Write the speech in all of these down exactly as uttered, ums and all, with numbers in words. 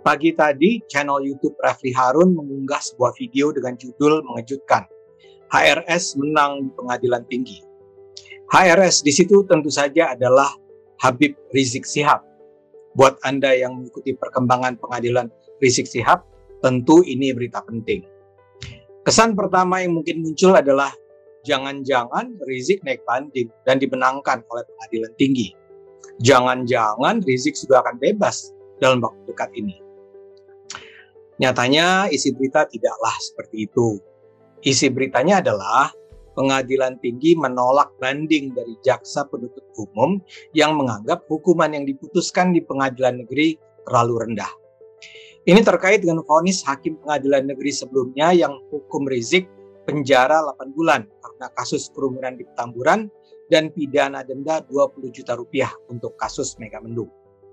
Pagi tadi, channel YouTube Refli Harun mengunggah sebuah video dengan judul mengejutkan. H R S menang di pengadilan tinggi. H R S di situ tentu saja adalah Habib Rizik Syihab. Buat Anda yang mengikuti perkembangan pengadilan Rizik Syihab, tentu ini berita penting. Kesan pertama yang mungkin muncul adalah jangan-jangan Rizik naik banding dan dimenangkan oleh pengadilan tinggi. Jangan-jangan Rizik sudah akan bebas dalam waktu dekat ini. Nyatanya isi berita tidaklah seperti itu. Isi beritanya adalah pengadilan tinggi menolak banding dari jaksa penuntut umum yang menganggap hukuman yang diputuskan di pengadilan negeri terlalu rendah. Ini terkait dengan vonis hakim pengadilan negeri sebelumnya yang hukum Rizik penjara delapan bulan karena kasus kerumunan di Petamburan dan pidana denda dua puluh juta rupiah untuk kasus Megamendung.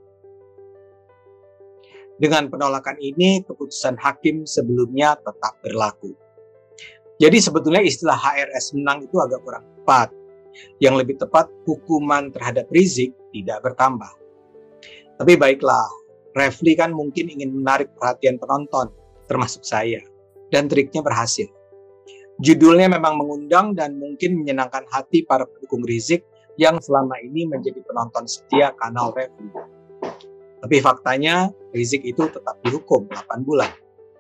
Dengan penolakan ini, keputusan hakim sebelumnya tetap berlaku. Jadi sebetulnya istilah H R S menang itu agak kurang tepat. Yang lebih tepat, hukuman terhadap Rizik tidak bertambah. Tapi baiklah, Refli kan mungkin ingin menarik perhatian penonton, termasuk saya. Dan triknya berhasil. Judulnya memang mengundang dan mungkin menyenangkan hati para pendukung Rizik yang selama ini menjadi penonton setia kanal Refli. Tapi faktanya, Rizik itu tetap dihukum delapan bulan.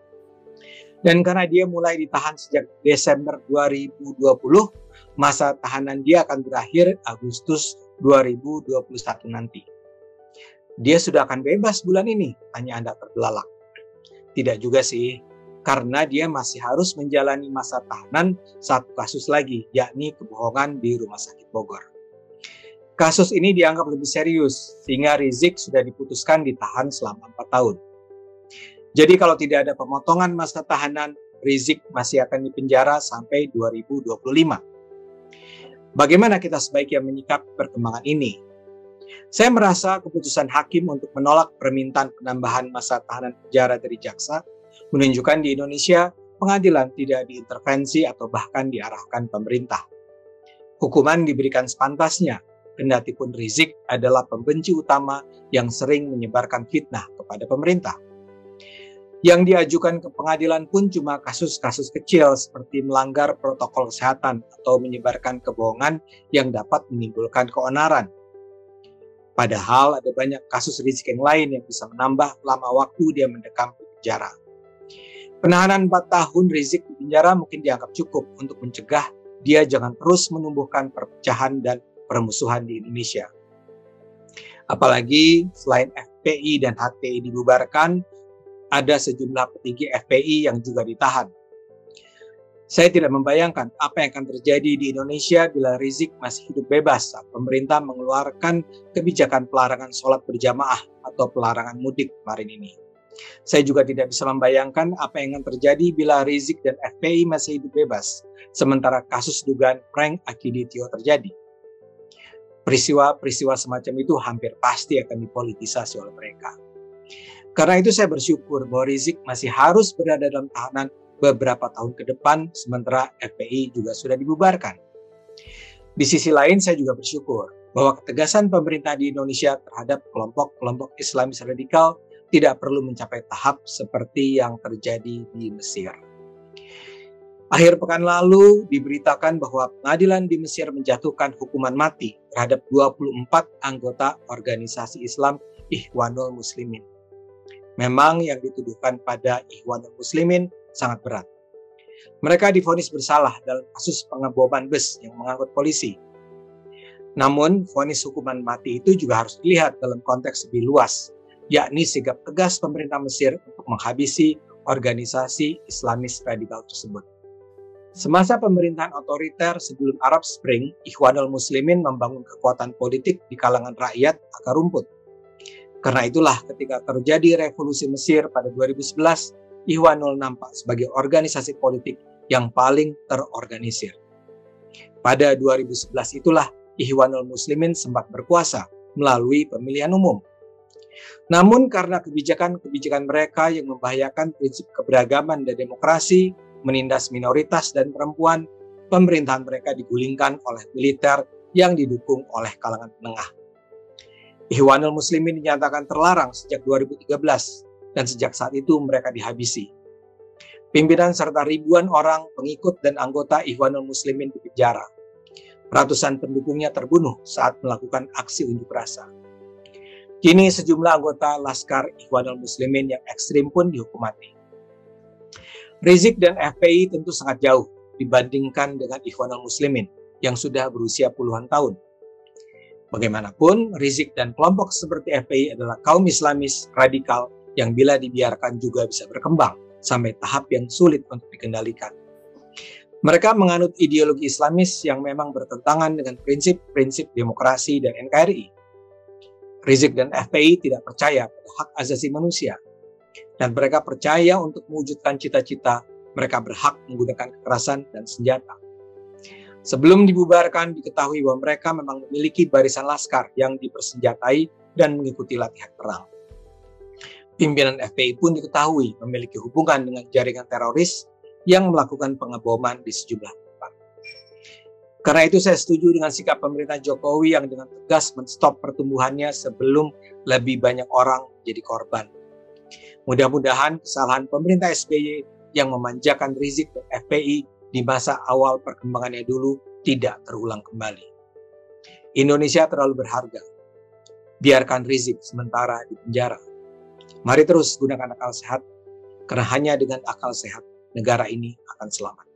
Dan karena dia mulai ditahan sejak Desember dua ribu dua puluh, masa tahanan dia akan berakhir Agustus dua ribu dua puluh satu nanti. Dia sudah akan bebas bulan ini, tanya Anda terbelalak. Tidak juga sih, karena dia masih harus menjalani masa tahanan satu kasus lagi, yakni kebohongan di Rumah Sakit Bogor. Kasus ini dianggap lebih serius, sehingga Rizik sudah diputuskan ditahan selama empat tahun. Jadi kalau tidak ada pemotongan masa tahanan, Rizik masih akan dipenjara sampai dua ribu dua puluh lima. Bagaimana kita sebaiknya menyikapi perkembangan ini? Saya merasa keputusan hakim untuk menolak permintaan penambahan masa tahanan penjara dari jaksa menunjukkan di Indonesia pengadilan tidak diintervensi atau bahkan diarahkan pemerintah. Hukuman diberikan sepantasnya, kendati pun Rizik adalah pembenci utama yang sering menyebarkan fitnah kepada pemerintah. Yang diajukan ke pengadilan pun cuma kasus-kasus kecil seperti melanggar protokol kesehatan atau menyebarkan kebohongan yang dapat menimbulkan keonaran. Padahal ada banyak kasus Rizik yang lain yang bisa menambah lama waktu dia mendekam di penjara. Penahanan empat tahun Rizik di penjara mungkin dianggap cukup untuk mencegah dia jangan terus menumbuhkan perpecahan dan permusuhan di Indonesia. Apalagi selain F P I dan H T I dibubarkan, ada sejumlah petinggi F P I yang juga ditahan. Saya tidak membayangkan apa yang akan terjadi di Indonesia bila Rizik masih hidup bebas saat pemerintah mengeluarkan kebijakan pelarangan sholat berjamaah atau pelarangan mudik kemarin ini. Saya juga tidak bisa membayangkan apa yang akan terjadi bila Rizik dan F P I masih hidup bebas, sementara kasus dugaan prank Akiditio terjadi. Peristiwa-peristiwa semacam itu hampir pasti akan dipolitisasi oleh mereka. Karena itu saya bersyukur bahwa Rizik masih harus berada dalam tahanan beberapa tahun ke depan, sementara F P I juga sudah dibubarkan. Di sisi lain saya juga bersyukur bahwa ketegasan pemerintah di Indonesia terhadap kelompok-kelompok Islamis radikal tidak perlu mencapai tahap seperti yang terjadi di Mesir. Akhir pekan lalu diberitakan bahwa pengadilan di Mesir menjatuhkan hukuman mati terhadap dua puluh empat anggota organisasi Islam Ikhwanul Muslimin. Memang yang dituduhkan pada Ikhwanul Muslimin sangat berat. Mereka divonis bersalah dalam kasus pengeboman bus yang mengangkut polisi. Namun, vonis hukuman mati itu juga harus dilihat dalam konteks lebih luas, yakni sikap tegas pemerintah Mesir untuk menghabisi organisasi Islamis radikal tersebut. Semasa pemerintahan otoriter sebelum Arab Spring, Ikhwanul Muslimin membangun kekuatan politik di kalangan rakyat akar rumput. Karena itulah ketika terjadi revolusi Mesir pada dua ribu sebelas, Ikhwanul nampak sebagai organisasi politik yang paling terorganisir. Pada dua ribu sebelas itulah Ikhwanul Muslimin sempat berkuasa melalui pemilihan umum. Namun karena kebijakan-kebijakan mereka yang membahayakan prinsip keberagaman dan demokrasi, menindas minoritas dan perempuan, pemerintahan mereka digulingkan oleh militer yang didukung oleh kalangan menengah. Ikhwanul Muslimin dinyatakan terlarang sejak dua ribu tiga belas. dan sejak saat itu mereka dihabisi. Pimpinan serta ribuan orang pengikut dan anggota Ikhwanul Muslimin dipenjara. Ratusan pendukungnya terbunuh saat melakukan aksi unjuk rasa. Kini sejumlah anggota Laskar Ikhwanul Muslimin yang ekstrim pun dihukum mati. Rizik dan F P I tentu sangat jauh dibandingkan dengan Ikhwanul Muslimin yang sudah berusia puluhan tahun. Bagaimanapun, Rizik dan kelompok seperti F P I adalah kaum Islamis radikal yang bila dibiarkan juga bisa berkembang sampai tahap yang sulit untuk dikendalikan. Mereka menganut ideologi Islamis yang memang bertentangan dengan prinsip-prinsip demokrasi dan N K R I. Rizik dan F P I tidak percaya pada hak asasi manusia, dan mereka percaya untuk mewujudkan cita-cita, mereka berhak menggunakan kekerasan dan senjata. Sebelum dibubarkan, diketahui bahwa mereka memang memiliki barisan laskar yang dipersenjatai dan mengikuti latihan perang. Pimpinan F P I pun diketahui memiliki hubungan dengan jaringan teroris yang melakukan pengeboman di sejumlah tempat. Karena itu saya setuju dengan sikap pemerintah Jokowi yang dengan tegas menstop pertumbuhannya sebelum lebih banyak orang menjadi korban. Mudah-mudahan kesalahan pemerintah S B Y yang memanjakan Rizik dan F P I di masa awal perkembangannya dulu tidak terulang kembali. Indonesia terlalu berharga. Biarkan Rizik sementara di penjara. Mari terus gunakan akal sehat, karena hanya dengan akal sehat negara ini akan selamat.